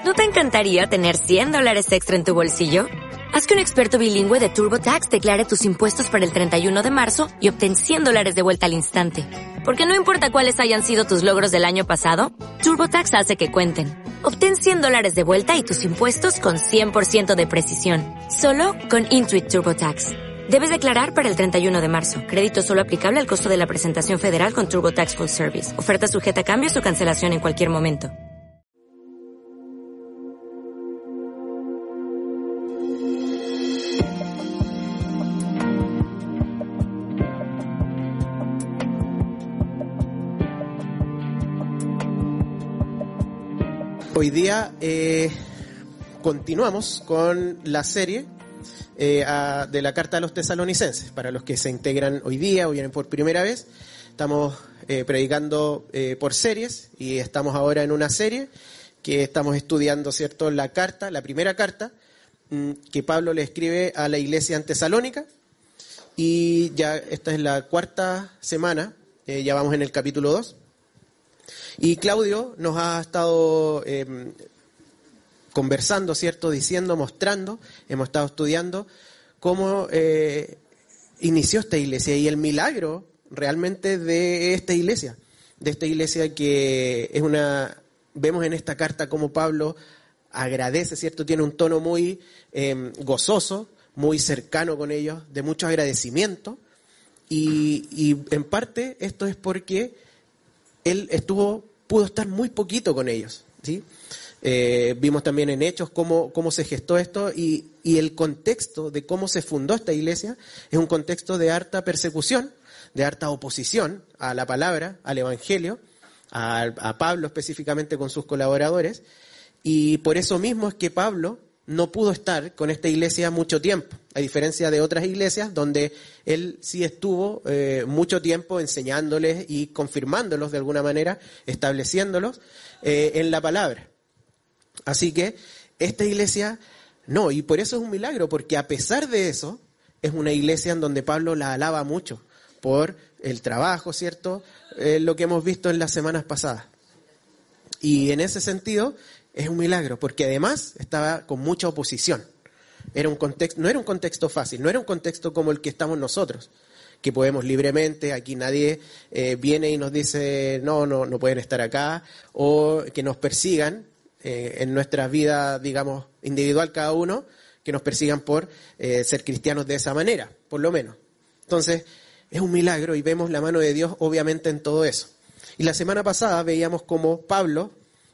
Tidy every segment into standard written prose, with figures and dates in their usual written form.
¿No te encantaría tener $100 extra en tu bolsillo? Haz que un experto bilingüe de TurboTax declare tus impuestos para el 31 de marzo y obtén $100 de vuelta al instante. Porque no importa cuáles hayan sido tus logros del año pasado, TurboTax hace que cuenten. Obtén $100 de vuelta y tus impuestos con 100% de precisión. Solo con Intuit TurboTax. Debes declarar para el 31 de marzo. Crédito solo aplicable al costo de la presentación federal con TurboTax Full Service. Oferta sujeta a cambios o cancelación en cualquier momento. Hoy día continuamos con la serie de la Carta a los Tesalonicenses. Para los que se integran hoy día o vienen por primera vez, estamos predicando por series y estamos ahora en una serie que estamos estudiando, ¿cierto? La primera carta que Pablo le escribe a la iglesia en Tesalónica, y ya esta es la cuarta semana, ya vamos en el capítulo 2. Y Claudio nos ha estado conversando, ¿cierto? Diciendo, mostrando, hemos estado estudiando cómo inició esta iglesia y el milagro realmente de esta iglesia que es vemos en esta carta cómo Pablo agradece, ¿cierto? Tiene un tono muy gozoso, muy cercano con ellos, de mucho agradecimiento, y en parte esto es porque él pudo estar muy poquito con ellos, ¿sí? Vimos también en Hechos cómo se gestó esto y el contexto de cómo se fundó esta iglesia es un contexto de harta persecución, de harta oposición a la palabra, al evangelio, a Pablo específicamente con sus colaboradores, y por eso mismo es que Pablo no pudo estar con esta iglesia mucho tiempo, a diferencia de otras iglesias donde él sí estuvo mucho tiempo enseñándoles y confirmándolos de alguna manera, estableciéndolos en la palabra. Así que esta iglesia no, y por eso es un milagro, porque a pesar de eso es una iglesia en donde Pablo la alaba mucho por el trabajo, ¿cierto? Lo que hemos visto en las semanas pasadas. Y en ese sentido es un milagro, porque además estaba con mucha oposición. No era un contexto fácil, no era un contexto como el que estamos nosotros, que podemos libremente, aquí nadie viene y nos dice no pueden estar acá, o que nos persigan en nuestra vida, digamos, individual cada uno, que nos persigan por ser cristianos de esa manera, por lo menos. Entonces, es un milagro y vemos la mano de Dios obviamente en todo eso. Y la semana pasada veíamos cómo Pablo,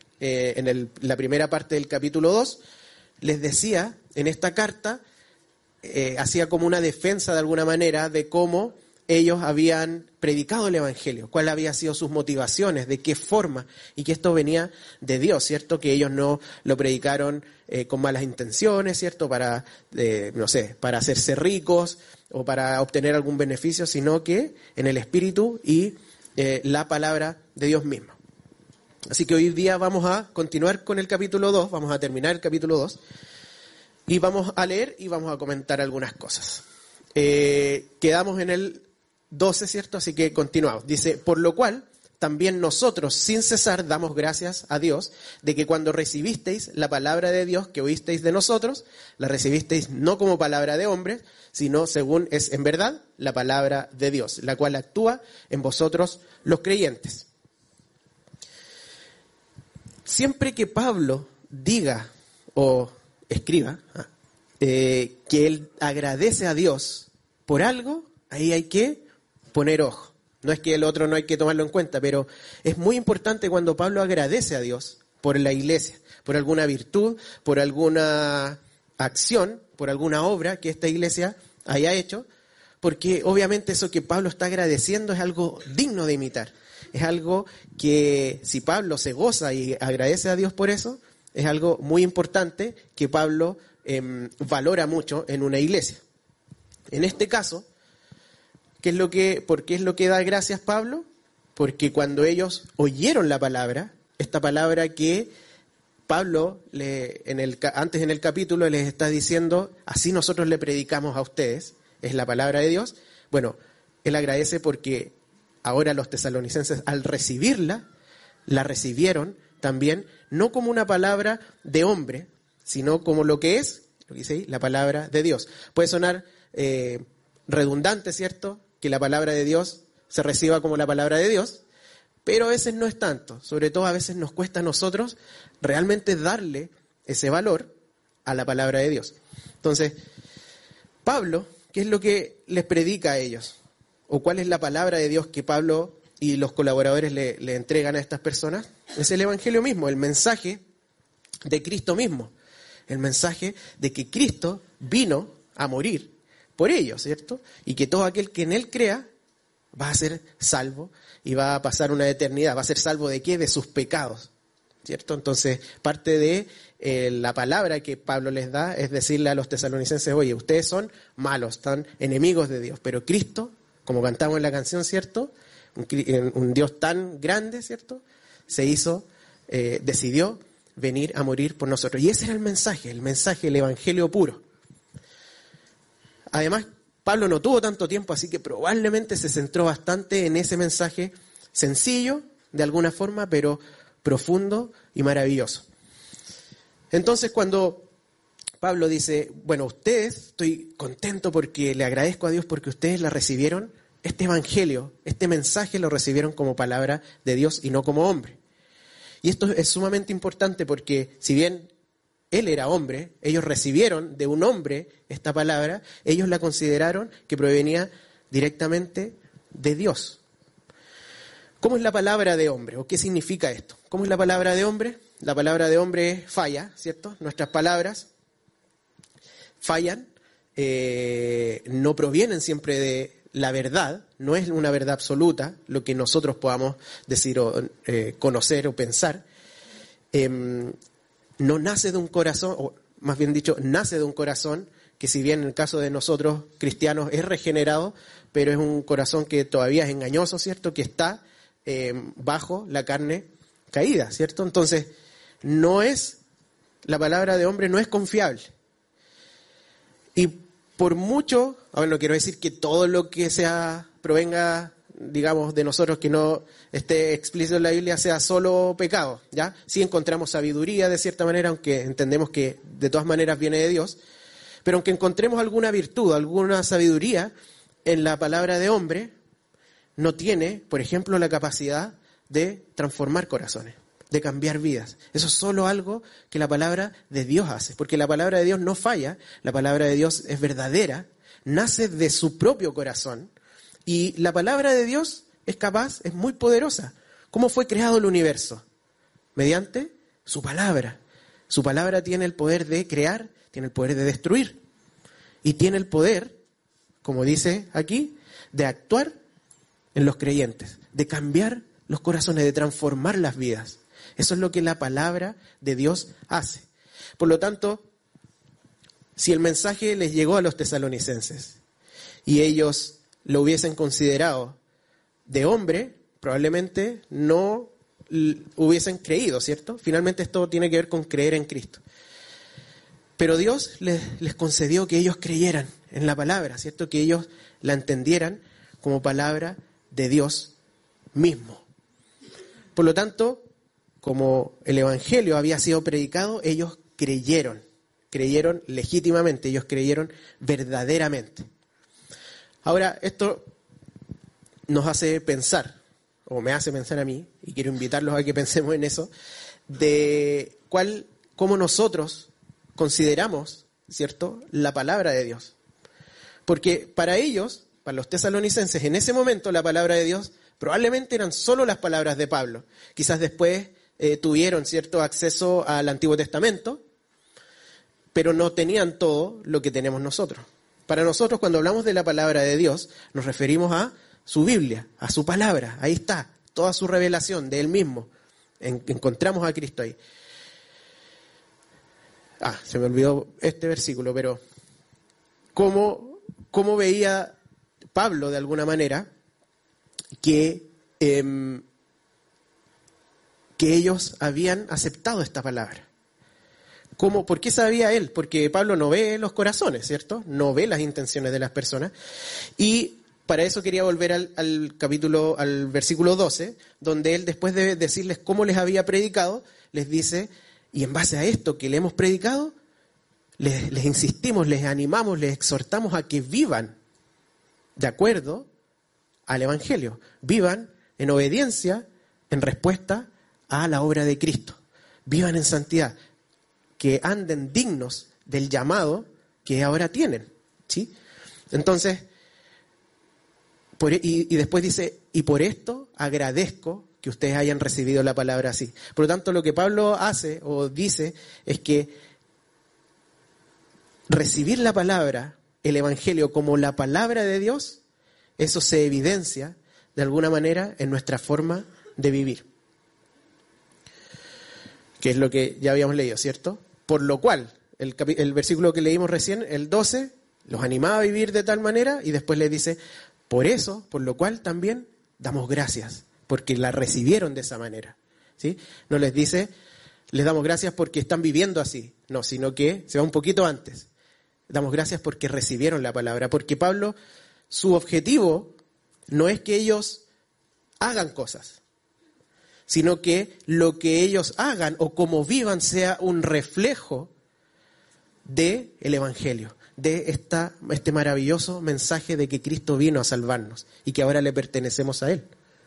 la primera parte del capítulo 2, les decía en esta carta, hacía como una defensa de alguna manera de cómo ellos habían predicado el evangelio, cuáles habían sido sus motivaciones, de qué forma, y que esto venía de Dios, ¿cierto? Que ellos no lo predicaron con malas intenciones, ¿cierto? Para hacerse ricos o para obtener algún beneficio, sino que en el espíritu y la palabra de Dios mismo. Así que hoy día vamos a continuar con el capítulo 2, vamos a terminar el capítulo 2 y vamos a leer y vamos a comentar algunas cosas. Quedamos en el 12, ¿cierto? Así que continuamos. Dice, por lo cual también nosotros sin cesar damos gracias a Dios de que cuando recibisteis la palabra de Dios que oísteis de nosotros, la recibisteis no como palabra de hombres, sino según es en verdad la palabra de Dios, la cual actúa en vosotros los creyentes. Siempre que Pablo diga o escriba que él agradece a Dios por algo, ahí hay que poner ojo. No es que el otro no hay que tomarlo en cuenta, pero es muy importante cuando Pablo agradece a Dios por la iglesia, por alguna virtud, por alguna acción, por alguna obra que esta iglesia haya hecho, porque obviamente eso que Pablo está agradeciendo es algo digno de imitar. Es algo que si Pablo se goza y agradece a Dios por eso, es algo muy importante que Pablo valora mucho en una iglesia. En este caso, ¿por qué es lo que da gracias Pablo? Porque cuando ellos oyeron la palabra, esta palabra que Pablo antes en el capítulo les está diciendo, así nosotros le predicamos a ustedes, es la palabra de Dios. Bueno, él agradece porque ahora los tesalonicenses al recibirla, la recibieron también, no como una palabra de hombre, sino como lo que es, lo que dice ahí, la palabra de Dios. Puede sonar redundante, ¿cierto?, que la palabra de Dios se reciba como la palabra de Dios, pero a veces no es tanto. Sobre todo a veces nos cuesta a nosotros realmente darle ese valor a la palabra de Dios. Entonces, Pablo, ¿qué es lo que les predica a ellos? ¿O cuál es la palabra de Dios que Pablo y los colaboradores le entregan a estas personas? Es el Evangelio mismo, el mensaje de Cristo mismo. El mensaje de que Cristo vino a morir por ellos, ¿cierto? Y que todo aquel que en Él crea va a ser salvo y va a pasar una eternidad. ¿Va a ser salvo de qué? De sus pecados, ¿cierto? Entonces, parte de la palabra que Pablo les da es decirle a los tesalonicenses, oye, ustedes son malos, están enemigos de Dios, pero Cristo, como cantamos en la canción, ¿cierto?, un Dios tan grande, ¿cierto?, se hizo, decidió venir a morir por nosotros. Y ese era el mensaje, el evangelio puro. Además, Pablo no tuvo tanto tiempo, así que probablemente se centró bastante en ese mensaje sencillo, de alguna forma, pero profundo y maravilloso. Entonces, cuando Pablo dice, bueno, ustedes, estoy contento porque le agradezco a Dios porque ustedes la recibieron, este evangelio, este mensaje lo recibieron como palabra de Dios y no como hombre. Y esto es sumamente importante porque si bien él era hombre, ellos recibieron de un hombre esta palabra, ellos la consideraron que provenía directamente de Dios. ¿Cómo es la palabra de hombre? ¿O qué significa esto? ¿Cómo es la palabra de hombre? La palabra de hombre falla, ¿cierto? Nuestras palabras fallan, no provienen siempre de la verdad, no es una verdad absoluta lo que nosotros podamos decir o conocer o pensar. No nace de un corazón, o más bien dicho, nace de un corazón que si bien en el caso de nosotros cristianos es regenerado, pero es un corazón que todavía es engañoso, ¿cierto? Que está bajo la carne caída, ¿cierto? Entonces, la palabra de hombre no es confiable. Y por mucho, ahora no quiero decir que todo lo que provenga, digamos, de nosotros, que no esté explícito en la Biblia, sea solo pecado, ¿ya? Sí encontramos sabiduría de cierta manera, aunque entendemos que de todas maneras viene de Dios, pero aunque encontremos alguna virtud, alguna sabiduría en la palabra de hombre, no tiene, por ejemplo, la capacidad de transformar corazones, de cambiar vidas. Eso es solo algo que la palabra de Dios hace, porque la palabra de Dios no falla, la palabra de Dios es verdadera, nace de su propio corazón, y la palabra de Dios es capaz, es muy poderosa. ¿Cómo fue creado el universo? Mediante su palabra. Su palabra tiene el poder de crear, tiene el poder de destruir, y tiene el poder, como dice aquí, de actuar en los creyentes, de cambiar los corazones, de transformar las vidas. Eso es lo que la palabra de Dios hace. Por lo tanto, si el mensaje les llegó a los tesalonicenses y ellos lo hubiesen considerado de hombre, probablemente no hubiesen creído, ¿cierto? Finalmente esto tiene que ver con creer en Cristo. Pero Dios les concedió que ellos creyeran en la palabra, ¿cierto? Que ellos la entendieran como palabra de Dios mismo. Por lo tanto, como el Evangelio había sido predicado, ellos creyeron legítimamente, ellos creyeron verdaderamente. Ahora, esto nos hace pensar, o me hace pensar a mí, y quiero invitarlos a que pensemos en eso, de cómo nosotros consideramos, ¿cierto?, la palabra de Dios. Porque para ellos, para los tesalonicenses, en ese momento la palabra de Dios probablemente eran solo las palabras de Pablo. Quizás después tuvieron cierto acceso al Antiguo Testamento, pero no tenían todo lo que tenemos nosotros. Para nosotros, cuando hablamos de la palabra de Dios, nos referimos a su Biblia, a su palabra. Ahí está, toda su revelación de Él mismo. Encontramos a Cristo ahí. Se me olvidó este versículo, pero ¿cómo veía Pablo de alguna manera que ellos habían aceptado esta palabra? ¿Por qué sabía él? Porque Pablo no ve los corazones, ¿cierto? No ve las intenciones de las personas. Y para eso quería volver al versículo 12, donde él, después de decirles cómo les había predicado, les dice, y en base a esto que le hemos predicado, les insistimos, les animamos, les exhortamos a que vivan de acuerdo al Evangelio. Vivan en obediencia, en respuesta a la obra de Cristo. Vivan en santidad, que anden dignos del llamado que ahora tienen, ¿sí? Entonces, y después dice, y por esto agradezco que ustedes hayan recibido la palabra así. Por lo tanto, lo que Pablo hace o dice es que recibir la palabra, el Evangelio, como la palabra de Dios, eso se evidencia de alguna manera en nuestra forma de vivir. Que es lo que ya habíamos leído, ¿cierto? Por lo cual, el versículo que leímos recién, el 12, los animaba a vivir de tal manera y después les dice, por eso, por lo cual también damos gracias, porque la recibieron de esa manera, ¿sí? No les dice, les damos gracias porque están viviendo así, no, sino que se va un poquito antes. Damos gracias porque recibieron la palabra, porque Pablo, su objetivo no es que ellos hagan cosas, sino que lo que ellos hagan o como vivan sea un reflejo del Evangelio, de este maravilloso mensaje de que Cristo vino a salvarnos y que ahora le pertenecemos a Él.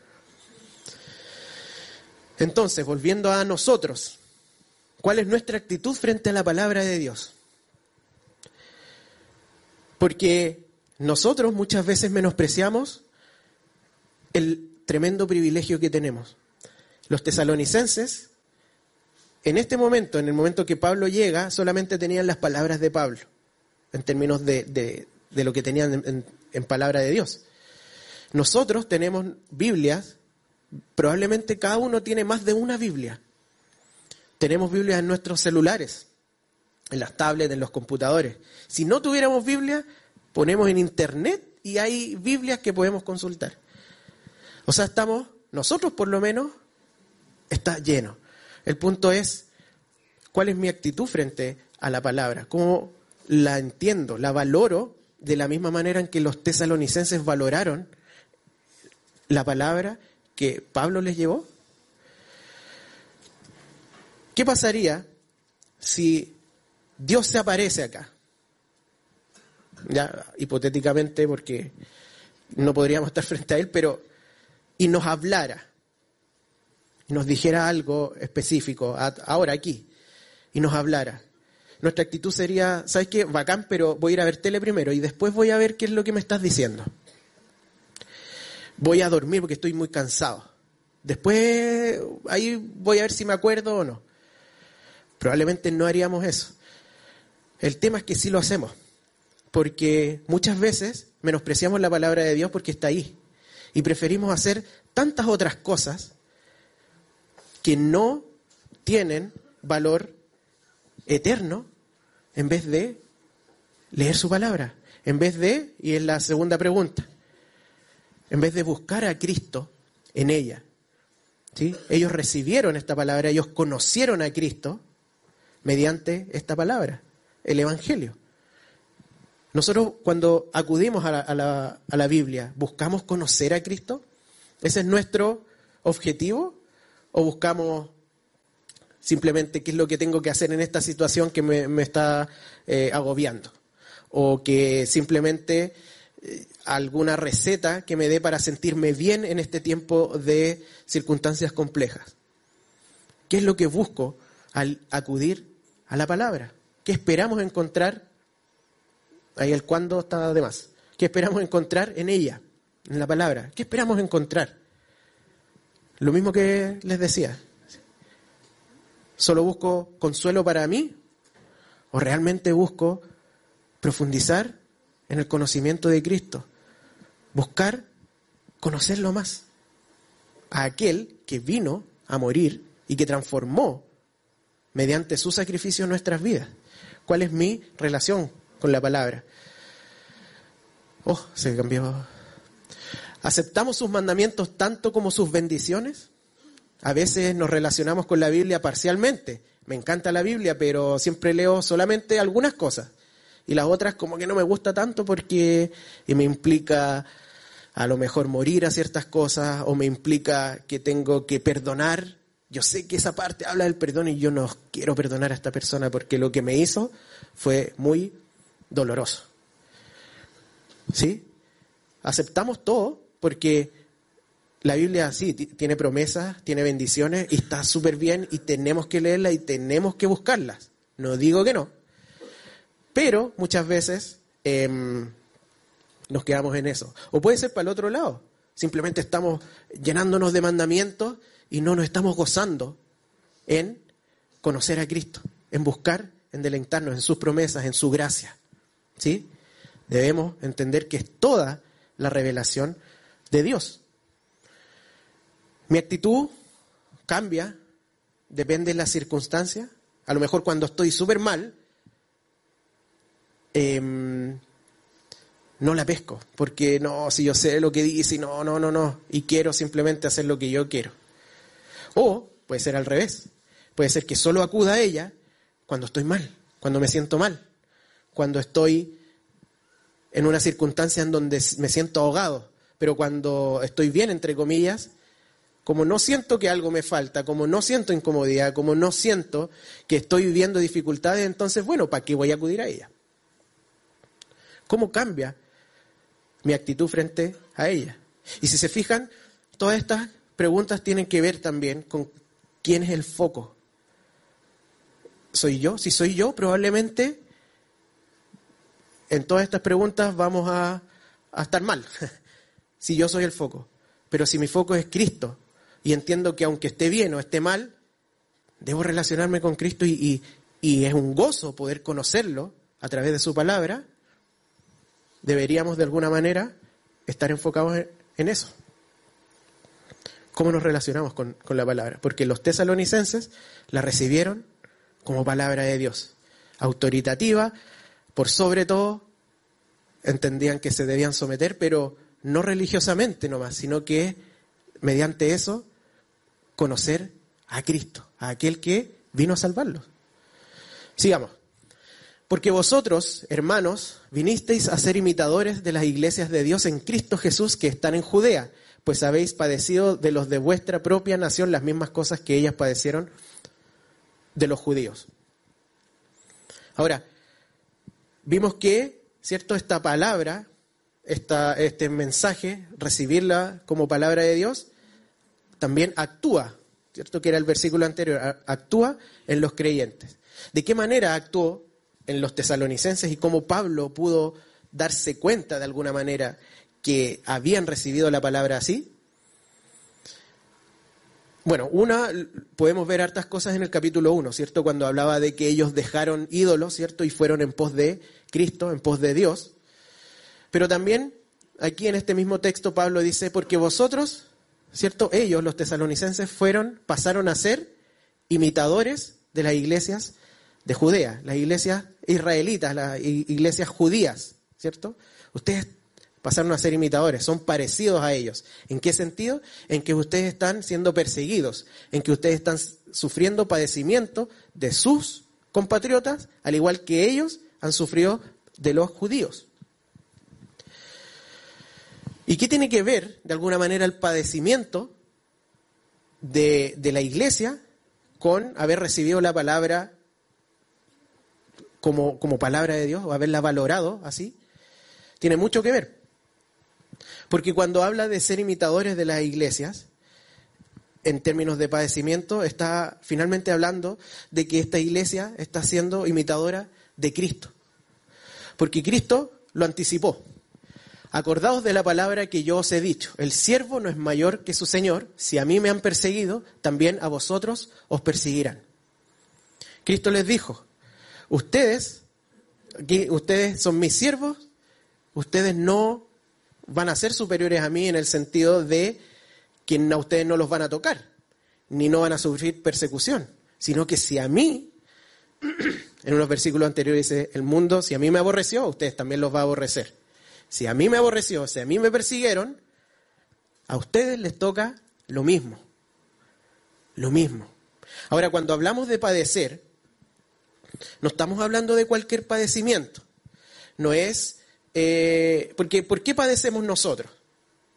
Entonces, volviendo a nosotros, ¿cuál es nuestra actitud frente a la palabra de Dios? Porque nosotros muchas veces menospreciamos el tremendo privilegio que tenemos. Los tesalonicenses, en este momento, en el momento que Pablo llega, solamente tenían las palabras de Pablo, en términos de lo que tenían en palabra de Dios. Nosotros tenemos Biblias, probablemente cada uno tiene más de una Biblia. Tenemos Biblias en nuestros celulares, en las tablets, en los computadores. Si no tuviéramos Biblia, ponemos en internet y hay Biblias que podemos consultar. O sea, nosotros por lo menos, está lleno. El punto es, ¿cuál es mi actitud frente a la palabra? ¿Cómo la entiendo? ¿La valoro de la misma manera en que los tesalonicenses valoraron la palabra que Pablo les llevó? ¿Qué pasaría si Dios se aparece acá? Ya, hipotéticamente, porque no podríamos estar frente a Él, y nos hablara, nos dijera algo específico, ahora aquí, y nos hablara. Nuestra actitud sería, ¿sabes qué? Bacán, pero voy a ir a ver tele primero y después voy a ver qué es lo que me estás diciendo. Voy a dormir porque estoy muy cansado. Después, ahí voy a ver si me acuerdo o no. Probablemente no haríamos eso. El tema es que sí lo hacemos, porque muchas veces menospreciamos la palabra de Dios porque está ahí. Y preferimos hacer tantas otras cosas que no tienen valor eterno en vez de leer su palabra. En vez de, y es la segunda pregunta, en vez de buscar a Cristo en ella. ¿Sí? Ellos recibieron esta palabra, ellos conocieron a Cristo mediante esta palabra, el Evangelio. Nosotros cuando acudimos a la Biblia, ¿buscamos conocer a Cristo? ¿Ese es nuestro objetivo? ¿O buscamos simplemente qué es lo que tengo que hacer en esta situación que me está agobiando? ¿O que simplemente alguna receta que me dé para sentirme bien en este tiempo de circunstancias complejas? ¿Qué es lo que busco al acudir a la palabra? ¿Qué esperamos encontrar? Ahí el cuándo está de más. ¿Qué esperamos encontrar en ella, en la palabra? ¿Qué esperamos encontrar? Lo mismo que les decía. ¿Solo busco consuelo para mí? ¿O realmente busco profundizar en el conocimiento de Cristo? Buscar conocerlo más. A aquel que vino a morir y que transformó mediante su sacrificio nuestras vidas. ¿Cuál es mi relación con la palabra? Se cambió. ¿Aceptamos sus mandamientos tanto como sus bendiciones? A veces nos relacionamos con la Biblia parcialmente. Me encanta la Biblia, pero siempre leo solamente algunas cosas. Y las otras como que no me gusta tanto porque me implica a lo mejor morir a ciertas cosas, o me implica que tengo que perdonar. Yo sé que esa parte habla del perdón y yo no quiero perdonar a esta persona porque lo que me hizo fue muy doloroso. ¿Sí? Aceptamos todo porque la Biblia sí tiene promesas, tiene bendiciones y está súper bien y tenemos que leerla y tenemos que buscarlas. No digo que no. Pero muchas veces nos quedamos en eso. O puede ser para el otro lado. Simplemente estamos llenándonos de mandamientos y no nos estamos gozando en conocer a Cristo, en buscar, en deleitarnos en sus promesas, en su gracia. ¿Sí? Debemos entender que es toda la revelación de Dios. Mi actitud cambia, depende de las circunstancias. A lo mejor cuando estoy súper mal, no la pesco, porque no, si yo sé lo que dice, no, y quiero simplemente hacer lo que yo quiero. O puede ser al revés, puede ser que solo acuda a ella cuando estoy mal, cuando me siento mal, cuando estoy en una circunstancia en donde me siento ahogado, pero cuando estoy bien, entre comillas, como no siento que algo me falta, como no siento incomodidad, como no siento que estoy viviendo dificultades, entonces, bueno, ¿para qué voy a acudir a ella? ¿Cómo cambia mi actitud frente a ella? Y si se fijan, todas estas preguntas tienen que ver también con quién es el foco. ¿Soy yo? Si soy yo, probablemente en todas estas preguntas vamos a estar mal, si yo soy el foco. Pero si mi foco es Cristo, y entiendo que aunque esté bien o esté mal, debo relacionarme con Cristo y es un gozo poder conocerlo a través de su palabra, deberíamos de alguna manera estar enfocados en eso. ¿Cómo nos relacionamos con la palabra? Porque los tesalonicenses la recibieron como palabra de Dios, autoritativa, por sobre todo, entendían que se debían someter, pero no religiosamente nomás, sino que mediante eso conocer a Cristo, a aquel que vino a salvarlos. Sigamos. Porque vosotros, hermanos, vinisteis a ser imitadores de las iglesias de Dios en Cristo Jesús que están en Judea, pues habéis padecido de los de vuestra propia nación las mismas cosas que ellas padecieron de los judíos. Ahora, vimos que, ¿cierto?, esta palabra, este mensaje, recibirla como palabra de Dios, también actúa, ¿cierto?, que era el versículo anterior, actúa en los creyentes. ¿De qué manera actuó en los tesalonicenses y cómo Pablo pudo darse cuenta de alguna manera que habían recibido la palabra así? Bueno, podemos ver hartas cosas en el capítulo 1, ¿cierto? Cuando hablaba de que ellos dejaron ídolos, ¿cierto? Y fueron en pos de Cristo, en pos de Dios. Pero también aquí en este mismo texto Pablo dice, porque vosotros, ¿cierto? Ellos, los tesalonicenses, pasaron a ser imitadores de las iglesias de Judea, las iglesias israelitas, las iglesias judías, ¿cierto? Ustedes pasaron a ser imitadores, son parecidos a ellos. ¿En qué sentido? En que ustedes están siendo perseguidos, en que ustedes están sufriendo padecimiento de sus compatriotas, al igual que ellos han sufrido de los judíos. ¿Y qué tiene que ver, de alguna manera, el padecimiento de la iglesia con haber recibido la palabra como palabra de Dios, o haberla valorado así? Tiene mucho que ver. Porque cuando habla de ser imitadores de las iglesias, en términos de padecimiento, está finalmente hablando de que esta iglesia está siendo imitadora de Cristo. Porque Cristo lo anticipó. Acordaos de la palabra que yo os he dicho, el siervo no es mayor que su señor, si a mí me han perseguido, también a vosotros os perseguirán. Cristo les dijo, ustedes son mis siervos, ustedes no van a ser superiores a mí en el sentido de que a ustedes no los van a tocar, ni no van a sufrir persecución, sino que si a mí, en unos versículos anteriores dice, el mundo, si a mí me aborreció, a ustedes también los va a aborrecer. Si a mí me aborreció, si a mí me persiguieron, a ustedes les toca lo mismo. Lo mismo. Ahora, cuando hablamos de padecer, no estamos hablando de cualquier padecimiento. No es... ¿Por qué padecemos nosotros?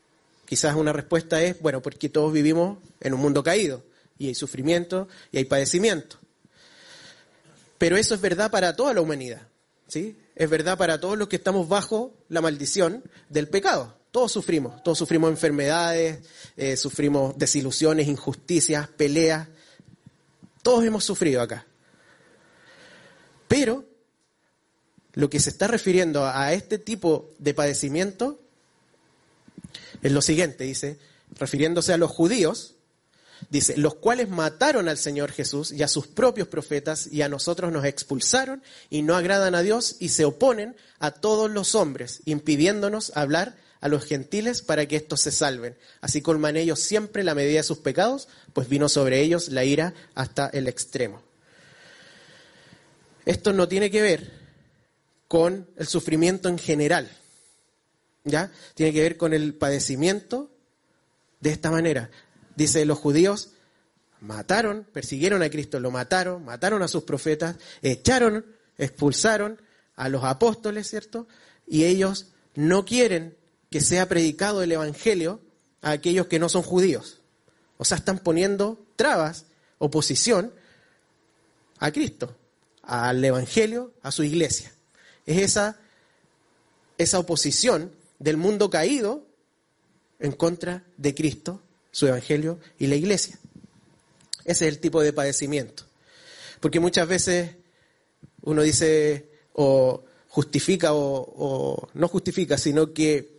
quizás una respuesta es, bueno, porque todos vivimos en un mundo caído, y hay sufrimiento, y hay padecimiento. Pero eso es verdad para toda la humanidad, ¿sí? Es verdad para todos los que estamos bajo la maldición del pecado. Todos sufrimos enfermedades, sufrimos desilusiones, injusticias, peleas. Todos hemos sufrido acá. Pero lo que se está refiriendo a este tipo de padecimiento es lo siguiente, dice, refiriéndose a los judíos, dice, los cuales mataron al Señor Jesús y a sus propios profetas y a nosotros nos expulsaron y no agradan a Dios y se oponen a todos los hombres, impidiéndonos hablar a los gentiles para que éstos se salven. Así colman ellos siempre la medida de sus pecados, pues vino sobre ellos la ira hasta el extremo. Esto no tiene que ver con el sufrimiento en general, ¿ya? Tiene que ver con el padecimiento de esta manera. Dice, los judíos persiguieron a Cristo, lo mataron a sus profetas, expulsaron a los apóstoles, ¿cierto? Y ellos no quieren que sea predicado el evangelio a aquellos que no son judíos. O sea, están poniendo trabas, oposición a Cristo, al evangelio, a su iglesia. Es esa oposición del mundo caído en contra de Cristo, su evangelio y la iglesia. Ese es el tipo de padecimiento. Porque muchas veces uno dice o justifica o no justifica, sino que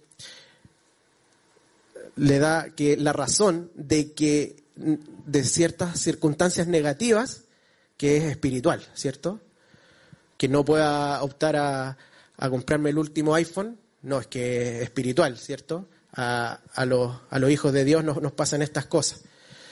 le da que la razón de ciertas circunstancias negativas que es espiritual, ¿cierto? Que no pueda optar a comprarme el último iPhone, no, es que es espiritual, ¿cierto? A los hijos de Dios nos pasan estas cosas.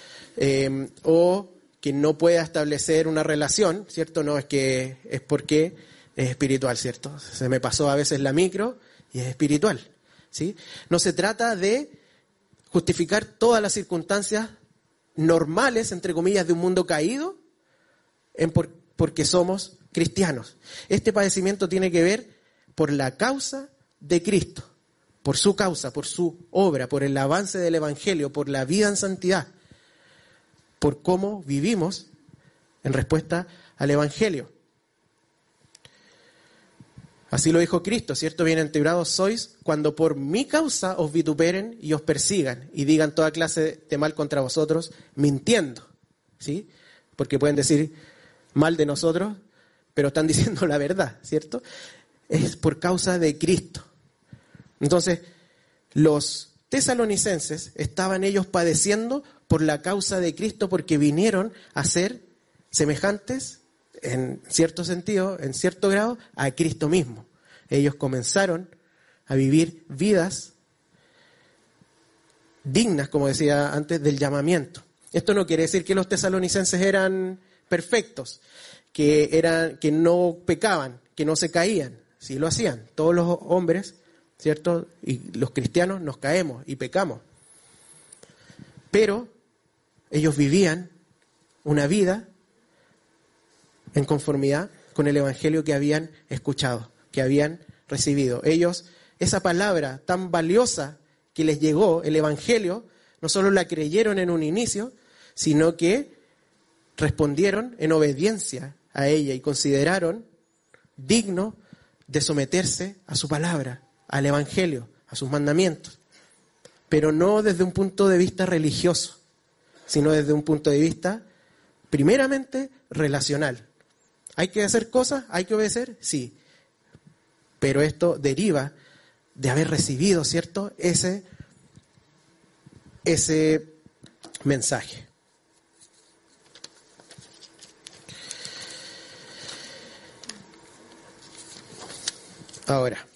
O que no pueda establecer una relación, ¿cierto? No, es porque es espiritual, ¿cierto? Se me pasó a veces la micro y es espiritual, ¿sí? No se trata de justificar todas las circunstancias normales, entre comillas, de un mundo caído porque somos cristianos. Este padecimiento tiene que ver por la causa de Cristo, por su causa, por su obra, por el avance del evangelio, por la vida en santidad, por cómo vivimos en respuesta al evangelio. Así lo dijo Cristo, ¿cierto? Bienaventurados sois cuando por mi causa os vituperen y os persigan y digan toda clase de mal contra vosotros, mintiendo, ¿sí? Porque pueden decir mal de nosotros, pero están diciendo la verdad, ¿cierto? Es por causa de Cristo. Entonces, los tesalonicenses estaban ellos padeciendo por la causa de Cristo porque vinieron a ser semejantes, en cierto sentido, en cierto grado, a Cristo mismo. Ellos comenzaron a vivir vidas dignas, como decía antes, del llamamiento. Esto no quiere decir que los tesalonicenses eran perfectos, que no pecaban, que no se caían. Sí lo hacían. Todos los hombres, ¿cierto? Y los cristianos nos caemos y pecamos. Pero ellos vivían una vida en conformidad con el evangelio que habían escuchado, que habían recibido. Ellos, esa palabra tan valiosa que les llegó, el evangelio, no solo la creyeron en un inicio, sino que respondieron en obediencia a ella y consideraron digno de someterse a su palabra, al evangelio, a sus mandamientos. Pero no desde un punto de vista religioso, sino desde un punto de vista primeramente relacional. ¿Hay que hacer cosas? ¿Hay que obedecer? Sí. Pero esto deriva de haber recibido, ¿cierto?, ese mensaje. Ahora,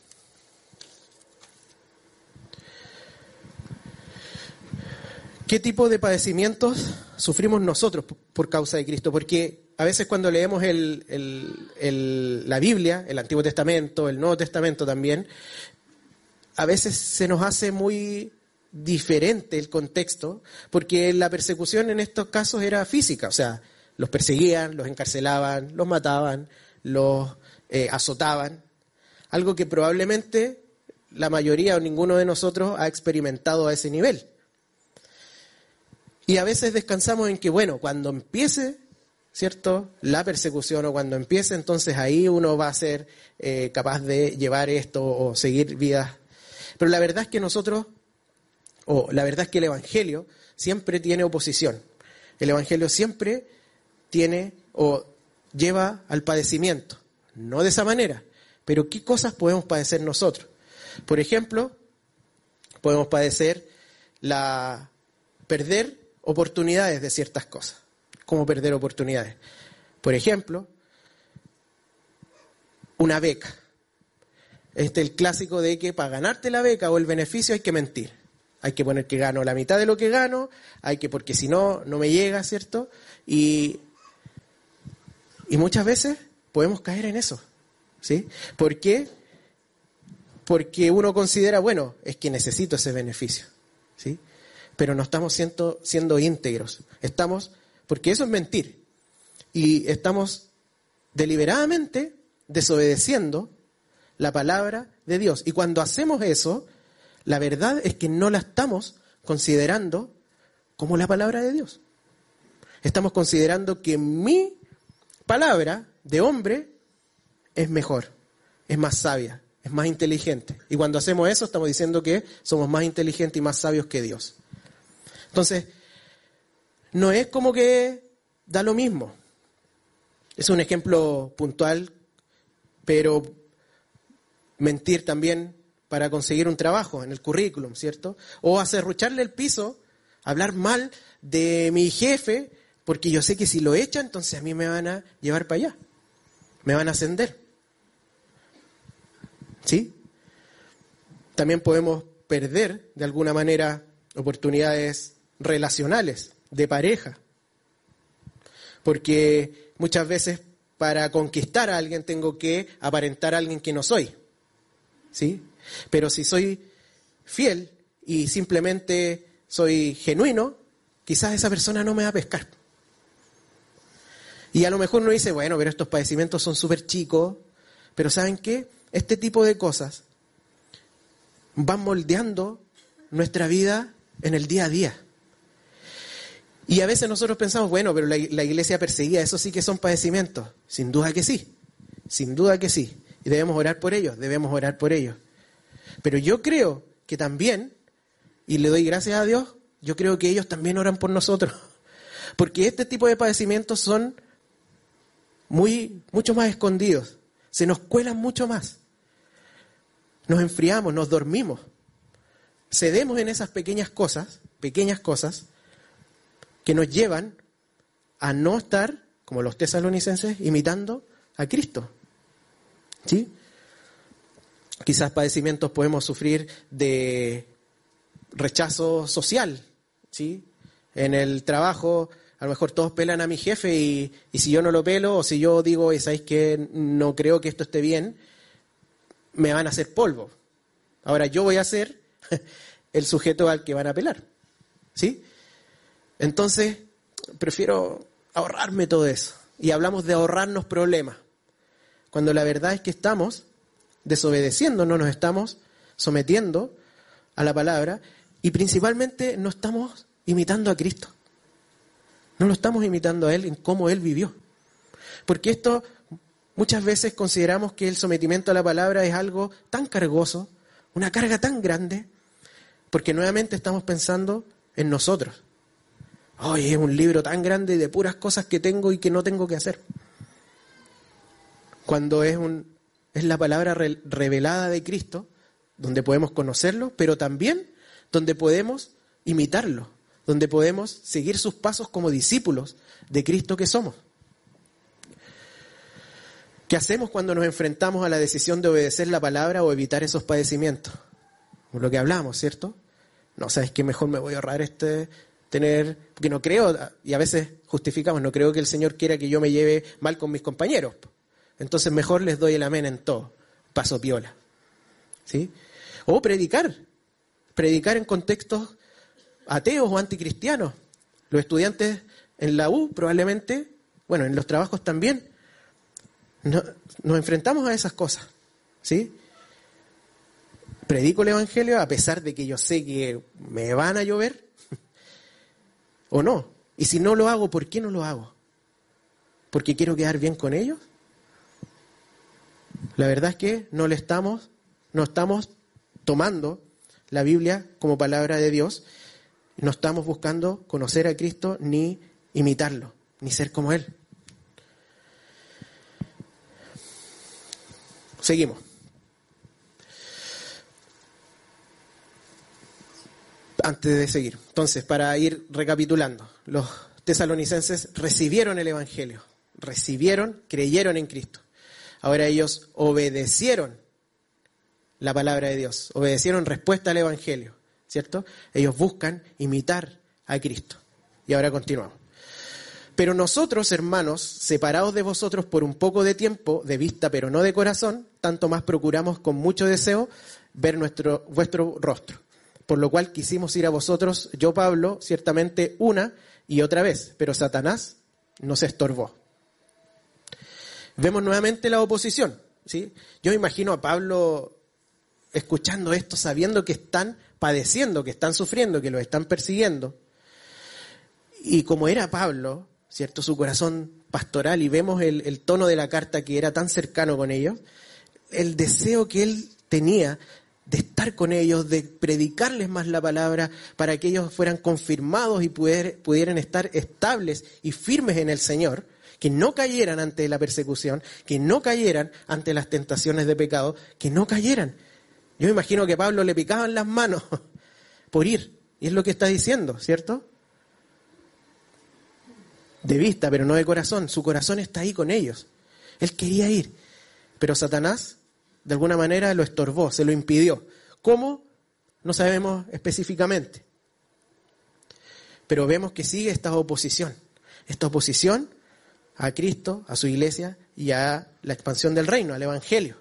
¿qué tipo de padecimientos sufrimos nosotros por causa de Cristo? Porque a veces cuando leemos la Biblia, el Antiguo Testamento, el Nuevo Testamento también, a veces se nos hace muy diferente el contexto, porque la persecución en estos casos era física, o sea, los perseguían, los encarcelaban, los mataban, los azotaban, algo que probablemente la mayoría o ninguno de nosotros ha experimentado a ese nivel. Y a veces descansamos en que, bueno, cuando empiece, ¿cierto?, la persecución, o cuando empiece, entonces ahí uno va a ser capaz de llevar esto o seguir vidas. Pero la verdad es que la verdad es que el Evangelio siempre tiene oposición. El Evangelio siempre tiene o lleva al padecimiento. No de esa manera, pero ¿qué cosas podemos padecer nosotros? Por ejemplo, podemos padecer perder oportunidades de ciertas cosas. ¿Cómo perder oportunidades? Por ejemplo, una beca. Este es el clásico de que para ganarte la beca o el beneficio hay que mentir. Hay que poner que gano la mitad de lo que gano, porque si no, no me llega, ¿cierto? Y muchas veces podemos caer en eso, ¿sí? ¿Por qué? Porque uno considera, bueno, es que necesito ese beneficio, ¿sí? Pero no estamos siendo íntegros. Porque eso es mentir. Y estamos deliberadamente desobedeciendo la palabra de Dios. Y cuando hacemos eso, la verdad es que no la estamos considerando como la palabra de Dios. Estamos considerando que mi palabra de hombre es mejor, es más sabia, es más inteligente. Y cuando hacemos eso, estamos diciendo que somos más inteligentes y más sabios que Dios. Entonces, no es como que da lo mismo. Es un ejemplo puntual, pero mentir también para conseguir un trabajo en el currículum, ¿cierto? O acerrucharle el piso, hablar mal de mi jefe, porque yo sé que si lo echa, entonces a mí me van a llevar para allá. Me van a ascender. ¿Sí? También podemos perder, de alguna manera, oportunidades relacionales, de pareja. Porque muchas veces para conquistar a alguien tengo que aparentar a alguien que no soy. ¿Sí? Pero si soy fiel y simplemente soy genuino, quizás esa persona no me va a pescar. Y a lo mejor uno dice, bueno, pero estos padecimientos son súper chicos, pero ¿saben qué? Este tipo de cosas van moldeando nuestra vida en el día a día. Y a veces nosotros pensamos, bueno, pero la iglesia perseguida, eso sí que son padecimientos. Sin duda que sí, sin duda que sí. Y debemos orar por ellos. Pero yo creo que también, y le doy gracias a Dios, yo creo que ellos también oran por nosotros. Porque este tipo de padecimientos son mucho más escondidos. Se nos cuelan mucho más. Nos enfriamos, nos dormimos. Cedemos en esas pequeñas cosas que nos llevan a no estar, como los tesalonicenses, imitando a Cristo. ¿Sí? Quizás padecimientos podemos sufrir de rechazo social, ¿sí? En el trabajo, a lo mejor todos pelan a mi jefe y si yo no lo pelo, o si yo digo, ¿sabéis qué? No creo que esto esté bien, me van a hacer polvo. Ahora yo voy a ser el sujeto al que van a pelar, ¿sí? Entonces, prefiero ahorrarme todo eso. Y hablamos de ahorrarnos problemas, cuando la verdad es que estamos desobedeciendo, no nos estamos sometiendo a la palabra y principalmente no estamos imitando a Cristo. No lo estamos imitando a Él en cómo Él vivió. Porque esto, muchas veces consideramos que el sometimiento a la palabra es algo tan cargoso, una carga tan grande, porque nuevamente estamos pensando en nosotros. Ay, es un libro tan grande de puras cosas que tengo y que no tengo que hacer. Cuando es la palabra revelada de Cristo, donde podemos conocerlo, pero también donde podemos imitarlo, donde podemos seguir sus pasos como discípulos de Cristo que somos. ¿Qué hacemos cuando nos enfrentamos a la decisión de obedecer la palabra o evitar esos padecimientos? Por lo que hablamos, ¿cierto? No, ¿sabes qué? Mejor me voy a ahorrar porque no creo, y a veces justificamos, no creo que el Señor quiera que yo me lleve mal con mis compañeros. Entonces mejor les doy el amén en todo, paso piola. ¿Sí? O predicar en contextos ateos o anticristianos. Los estudiantes en la U probablemente, bueno, en los trabajos también, nos enfrentamos a esas cosas. ¿Sí? ¿Predico el Evangelio a pesar de que yo sé que me van a llover? ¿O no? Y si no lo hago, ¿por qué no lo hago? ¿Porque quiero quedar bien con ellos? La verdad es que no estamos tomando la Biblia como palabra de Dios, no estamos buscando conocer a Cristo ni imitarlo, ni ser como Él. Seguimos. Antes de seguir, entonces, para ir recapitulando, los tesalonicenses recibieron el Evangelio, creyeron en Cristo. Ahora ellos obedecieron la palabra de Dios, obedecieron respuesta al Evangelio, ¿cierto? Ellos buscan imitar a Cristo. Y ahora continuamos. Pero nosotros, hermanos, separados de vosotros por un poco de tiempo, de vista pero no de corazón, tanto más procuramos con mucho deseo ver vuestro rostro. Por lo cual quisimos ir a vosotros, yo Pablo, ciertamente una y otra vez, pero Satanás nos estorbó. Vemos nuevamente la oposición, ¿sí? Yo imagino a Pablo escuchando esto, sabiendo que están padeciendo, que están sufriendo, que los están persiguiendo. Y como era Pablo, ¿cierto? Su corazón pastoral, y vemos el tono de la carta que era tan cercano con ellos, el deseo que él tenía de estar con ellos, de predicarles más la palabra, para que ellos fueran confirmados y pudieran estar estables y firmes en el Señor, que no cayeran ante la persecución, que no cayeran ante las tentaciones de pecado, que no cayeran. Yo me imagino que a Pablo le picaban las manos por ir, y es lo que está diciendo, ¿cierto? De vista, pero no de corazón. Su corazón está ahí con ellos. Él quería ir, pero Satanás de alguna manera lo estorbó, se lo impidió. ¿Cómo? No sabemos específicamente. Pero vemos que sigue esta oposición a Cristo, a su iglesia y a la expansión del reino, al Evangelio.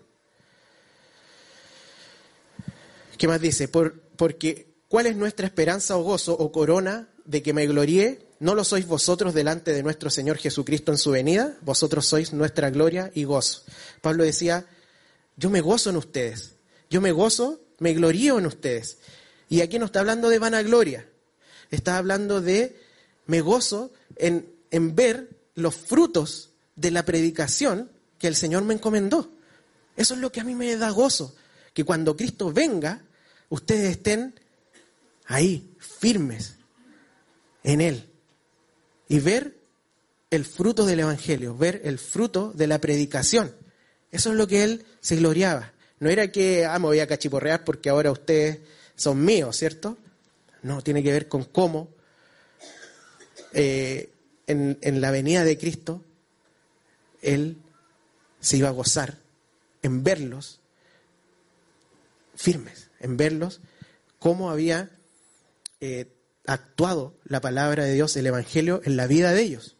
¿Qué más dice? Porque ¿cuál es nuestra esperanza o gozo o corona de que me gloríe? ¿No lo sois vosotros delante de nuestro Señor Jesucristo en su venida? Vosotros sois nuestra gloria y gozo. Pablo decía, yo me gozo en ustedes, me glorío en ustedes. Y aquí no está hablando de vanagloria, está hablando de me gozo en ver los frutos de la predicación que el Señor me encomendó. Eso es lo que a mí me da gozo, que cuando Cristo venga, ustedes estén ahí, firmes en Él. Y ver el fruto del Evangelio, ver el fruto de la predicación. Eso es lo que él se gloriaba. No era que, me voy a cachiporrear porque ahora ustedes son míos, ¿cierto? No, tiene que ver con cómo en la venida de Cristo, él se iba a gozar en verlos firmes, en verlos cómo había actuado la palabra de Dios, el Evangelio, en la vida de ellos.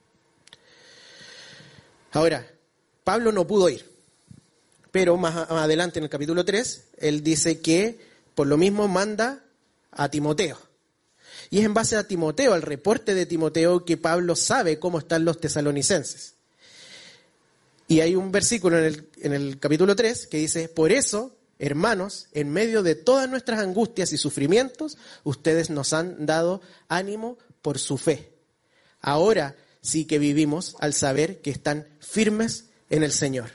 Ahora, Pablo no pudo ir, pero más adelante en el capítulo 3, él dice que por lo mismo manda a Timoteo. Y es en base a Timoteo, al reporte de Timoteo, que Pablo sabe cómo están los tesalonicenses. Y hay un versículo en el capítulo 3 que dice, por eso, hermanos, en medio de todas nuestras angustias y sufrimientos, ustedes nos han dado ánimo por su fe. Ahora sí que vivimos al saber que están firmes en el Señor.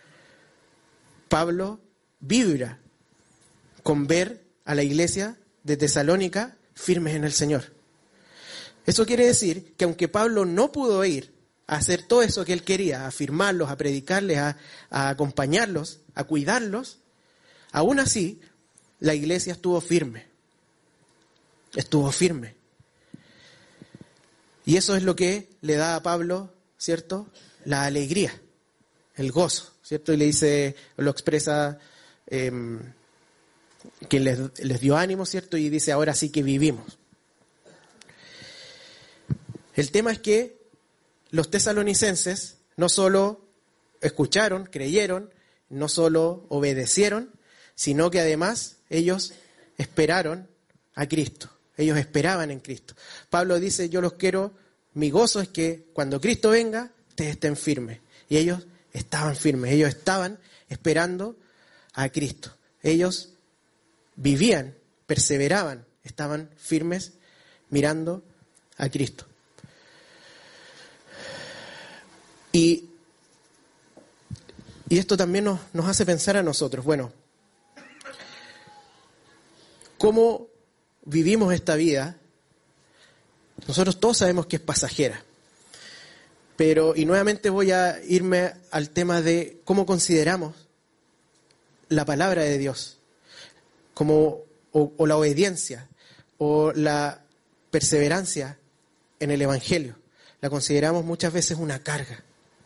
Pablo vibra con ver a la iglesia de Tesalónica firmes en el Señor. Eso quiere decir que aunque Pablo no pudo ir a hacer todo eso que él quería, a firmarlos, a predicarles, a acompañarlos, a cuidarlos, aún así la iglesia estuvo firme. Y eso es lo que le da a Pablo, ¿cierto?, la alegría, el gozo, ¿cierto? Y le dice, lo expresa que les dio ánimo, ¿cierto? Y dice, ahora sí que vivimos. El tema es que los tesalonicenses no solo escucharon, creyeron, no solo obedecieron, sino que además ellos esperaron a Cristo. Ellos esperaban en Cristo. Pablo dice, yo los quiero, mi gozo es que cuando Cristo venga, ustedes estén firmes. Y ellos estaban firmes, ellos estaban esperando a Cristo. Ellos vivían, perseveraban, estaban firmes mirando a Cristo. Y esto también nos hace pensar a nosotros, bueno, ¿cómo vivimos esta vida? Nosotros todos sabemos que es pasajera. Y nuevamente voy a irme al tema de cómo consideramos la palabra de Dios, o la obediencia, o la perseverancia en el Evangelio. La consideramos muchas veces una carga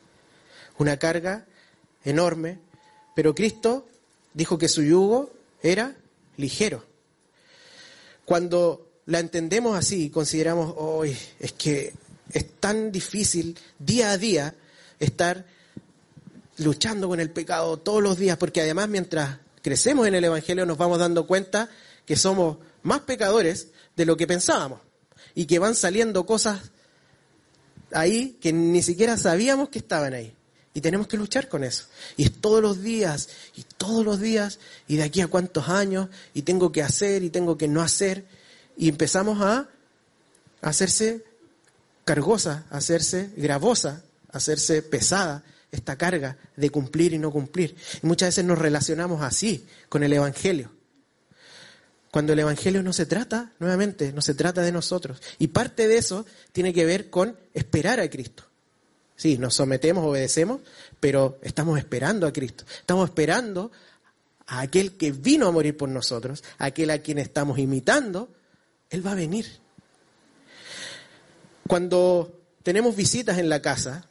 enorme, pero Cristo dijo que su yugo era ligero. Cuando la entendemos así, consideramos, hoy es que es tan difícil día a día estar luchando con el pecado todos los días, porque además mientras crecemos en el Evangelio nos vamos dando cuenta que somos más pecadores de lo que pensábamos y que van saliendo cosas ahí que ni siquiera sabíamos que estaban ahí. Y tenemos que luchar con eso. Y es todos los días, y de aquí a cuántos años, y tengo que hacer, y tengo que no hacer. Y empezamos a hacerse cargosa, a hacerse gravosa, a hacerse pesada esta carga de cumplir y no cumplir. Y muchas veces nos relacionamos así con el Evangelio. Cuando el Evangelio no se trata de nosotros. Y parte de eso tiene que ver con esperar a Cristo. Sí, nos sometemos, obedecemos, pero estamos esperando a Cristo. Estamos esperando a aquel que vino a morir por nosotros, a aquel a quien estamos imitando. Él va a venir. Cuando tenemos visitas en la casa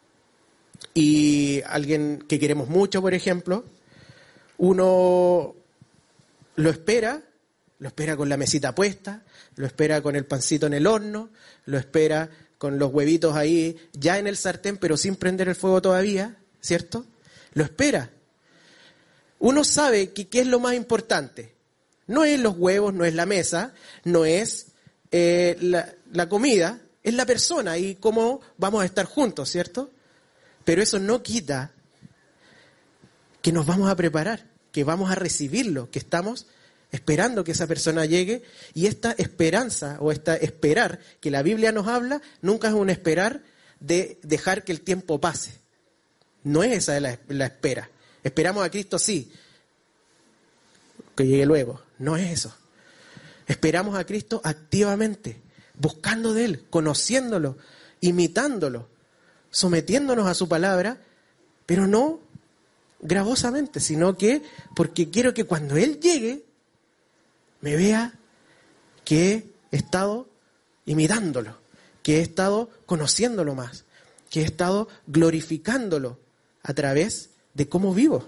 y alguien que queremos mucho, por ejemplo, uno lo espera con la mesita puesta, lo espera con el pancito en el horno, lo espera con los huevitos ahí ya en el sartén, pero sin prender el fuego todavía, ¿cierto? Lo espera. Uno sabe que ¿qué es lo más importante? No es los huevos, no es la mesa, no es la comida, es la persona y cómo vamos a estar juntos, ¿cierto? Pero eso no quita que nos vamos a preparar, que vamos a recibirlo, que estamos esperando que esa persona llegue, y esta esperanza o esta esperar que la Biblia nos habla nunca es un esperar de dejar que el tiempo pase. No es esa la espera. Esperamos a Cristo, sí, que llegue luego. No es eso. Esperamos a Cristo activamente, buscando de Él, conociéndolo, imitándolo, sometiéndonos a su palabra, pero no gravosamente, sino que porque quiero que cuando Él llegue me vea que he estado imitándolo, que he estado conociéndolo más, que he estado glorificándolo a través de cómo vivo.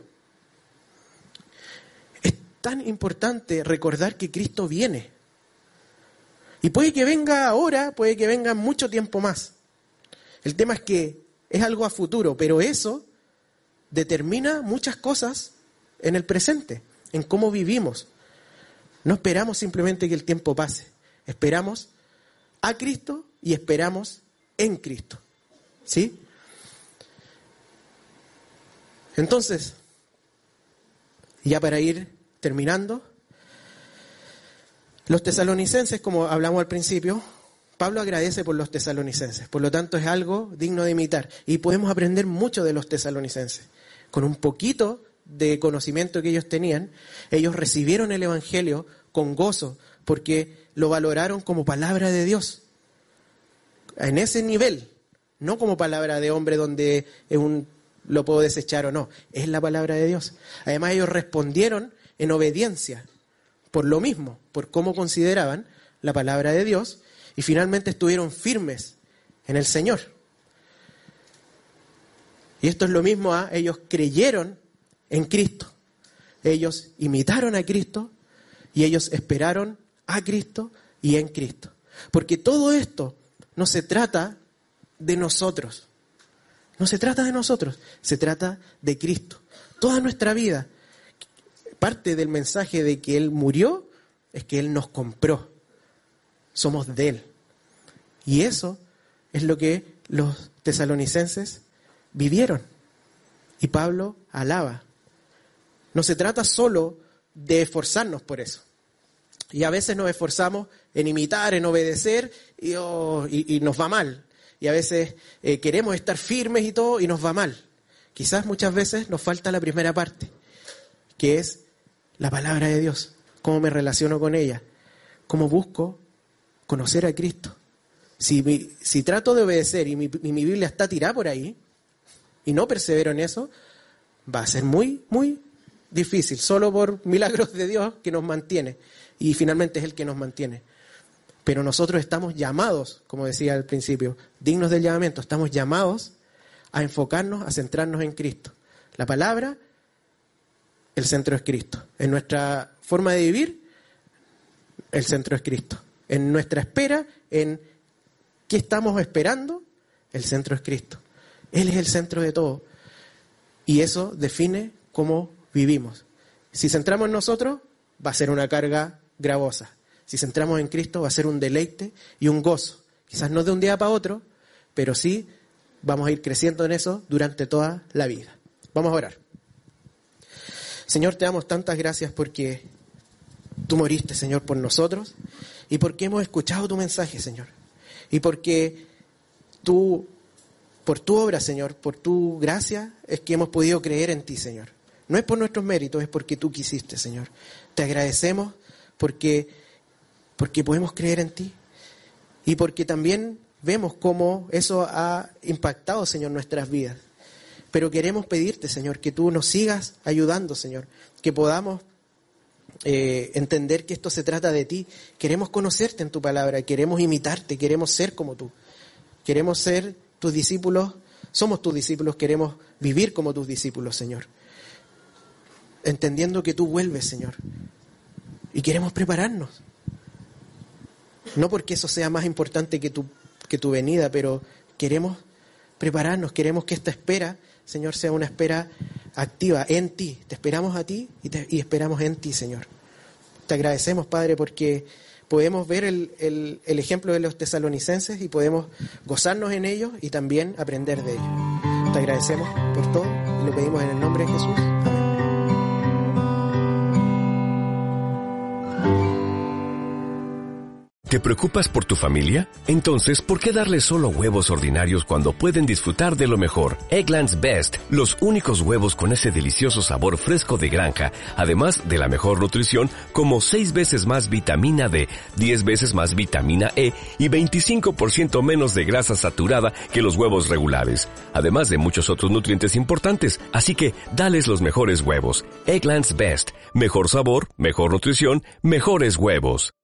Es tan importante recordar que Cristo viene. Y puede que venga ahora, puede que venga mucho tiempo más. El tema es que es algo a futuro, pero eso determina muchas cosas en el presente, en cómo vivimos. No esperamos simplemente que el tiempo pase. Esperamos a Cristo y esperamos en Cristo. ¿Sí? Entonces, ya para ir terminando, los tesalonicenses, como hablamos al principio, Pablo agradece por los tesalonicenses. Por lo tanto, es algo digno de imitar. Y podemos aprender mucho de los tesalonicenses. Con un poquito de conocimiento que ellos tenían, ellos recibieron el Evangelio con gozo, porque lo valoraron como palabra de Dios. En ese nivel, no como palabra de hombre donde lo puedo desechar o no, es la palabra de Dios. Además, ellos respondieron en obediencia, por lo mismo, por cómo consideraban la palabra de Dios, y finalmente estuvieron firmes en el Señor. Y esto es lo mismo a ellos creyeron en Cristo. Ellos imitaron a Cristo y ellos esperaron a Cristo y en Cristo. Porque todo esto no se trata de nosotros. No se trata de nosotros, se trata de Cristo. Toda nuestra vida, parte del mensaje de que Él murió es que Él nos compró. Somos de Él. Y eso es lo que los tesalonicenses vivieron. Y Pablo alaba. No se trata solo de esforzarnos por eso. Y a veces nos esforzamos en imitar, en obedecer, y nos va mal. Y a veces queremos estar firmes y todo, y nos va mal. Quizás muchas veces nos falta la primera parte, que es la palabra de Dios. ¿Cómo me relaciono con ella? ¿Cómo busco conocer a Cristo? Si trato de obedecer y mi Biblia está tirada por ahí, y no persevero en eso, va a ser muy, muy difícil, solo por milagros de Dios que nos mantiene. Y finalmente es Él que nos mantiene. Pero nosotros estamos llamados, como decía al principio, dignos del llamamiento, estamos llamados a enfocarnos, a centrarnos en Cristo. La palabra, el centro es Cristo. En nuestra forma de vivir, el centro es Cristo. En nuestra espera, en qué estamos esperando, el centro es Cristo. Él es el centro de todo. Y eso define cómo vivimos. Si centramos en nosotros, va a ser una carga gravosa. Si centramos en Cristo, va a ser un deleite y un gozo. Quizás no de un día para otro, pero sí vamos a ir creciendo en eso durante toda la vida. Vamos a orar. Señor, te damos tantas gracias porque tú moriste, Señor, por nosotros y porque hemos escuchado tu mensaje, Señor. Y porque tú, por tu obra, Señor, por tu gracia, es que hemos podido creer en ti, Señor. No es por nuestros méritos, es porque tú quisiste, Señor. Te agradecemos porque podemos creer en ti y porque también vemos cómo eso ha impactado, Señor, nuestras vidas. Pero queremos pedirte, Señor, que tú nos sigas ayudando, Señor, que podamos entender que esto se trata de ti. Queremos conocerte en tu palabra, queremos imitarte, queremos ser como tú. Queremos ser tus discípulos, somos tus discípulos, queremos vivir como tus discípulos, Señor. Entendiendo que tú vuelves, Señor. Y queremos prepararnos. No porque eso sea más importante que tu venida, pero queremos prepararnos, queremos que esta espera, Señor, sea una espera activa en ti. Te esperamos a ti y esperamos en ti, Señor. Te agradecemos, Padre, porque podemos ver el ejemplo de los tesalonicenses y podemos gozarnos en ellos y también aprender de ellos. Te agradecemos por todo y lo pedimos en el nombre de Jesús. Amén. ¿Te preocupas por tu familia? Entonces, ¿por qué darles solo huevos ordinarios cuando pueden disfrutar de lo mejor? Eggland's Best, los únicos huevos con ese delicioso sabor fresco de granja, además de la mejor nutrición, como 6 veces más vitamina D, 10 veces más vitamina E y 25% menos de grasa saturada que los huevos regulares, además de muchos otros nutrientes importantes. Así que, dales los mejores huevos. Eggland's Best, mejor sabor, mejor nutrición, mejores huevos.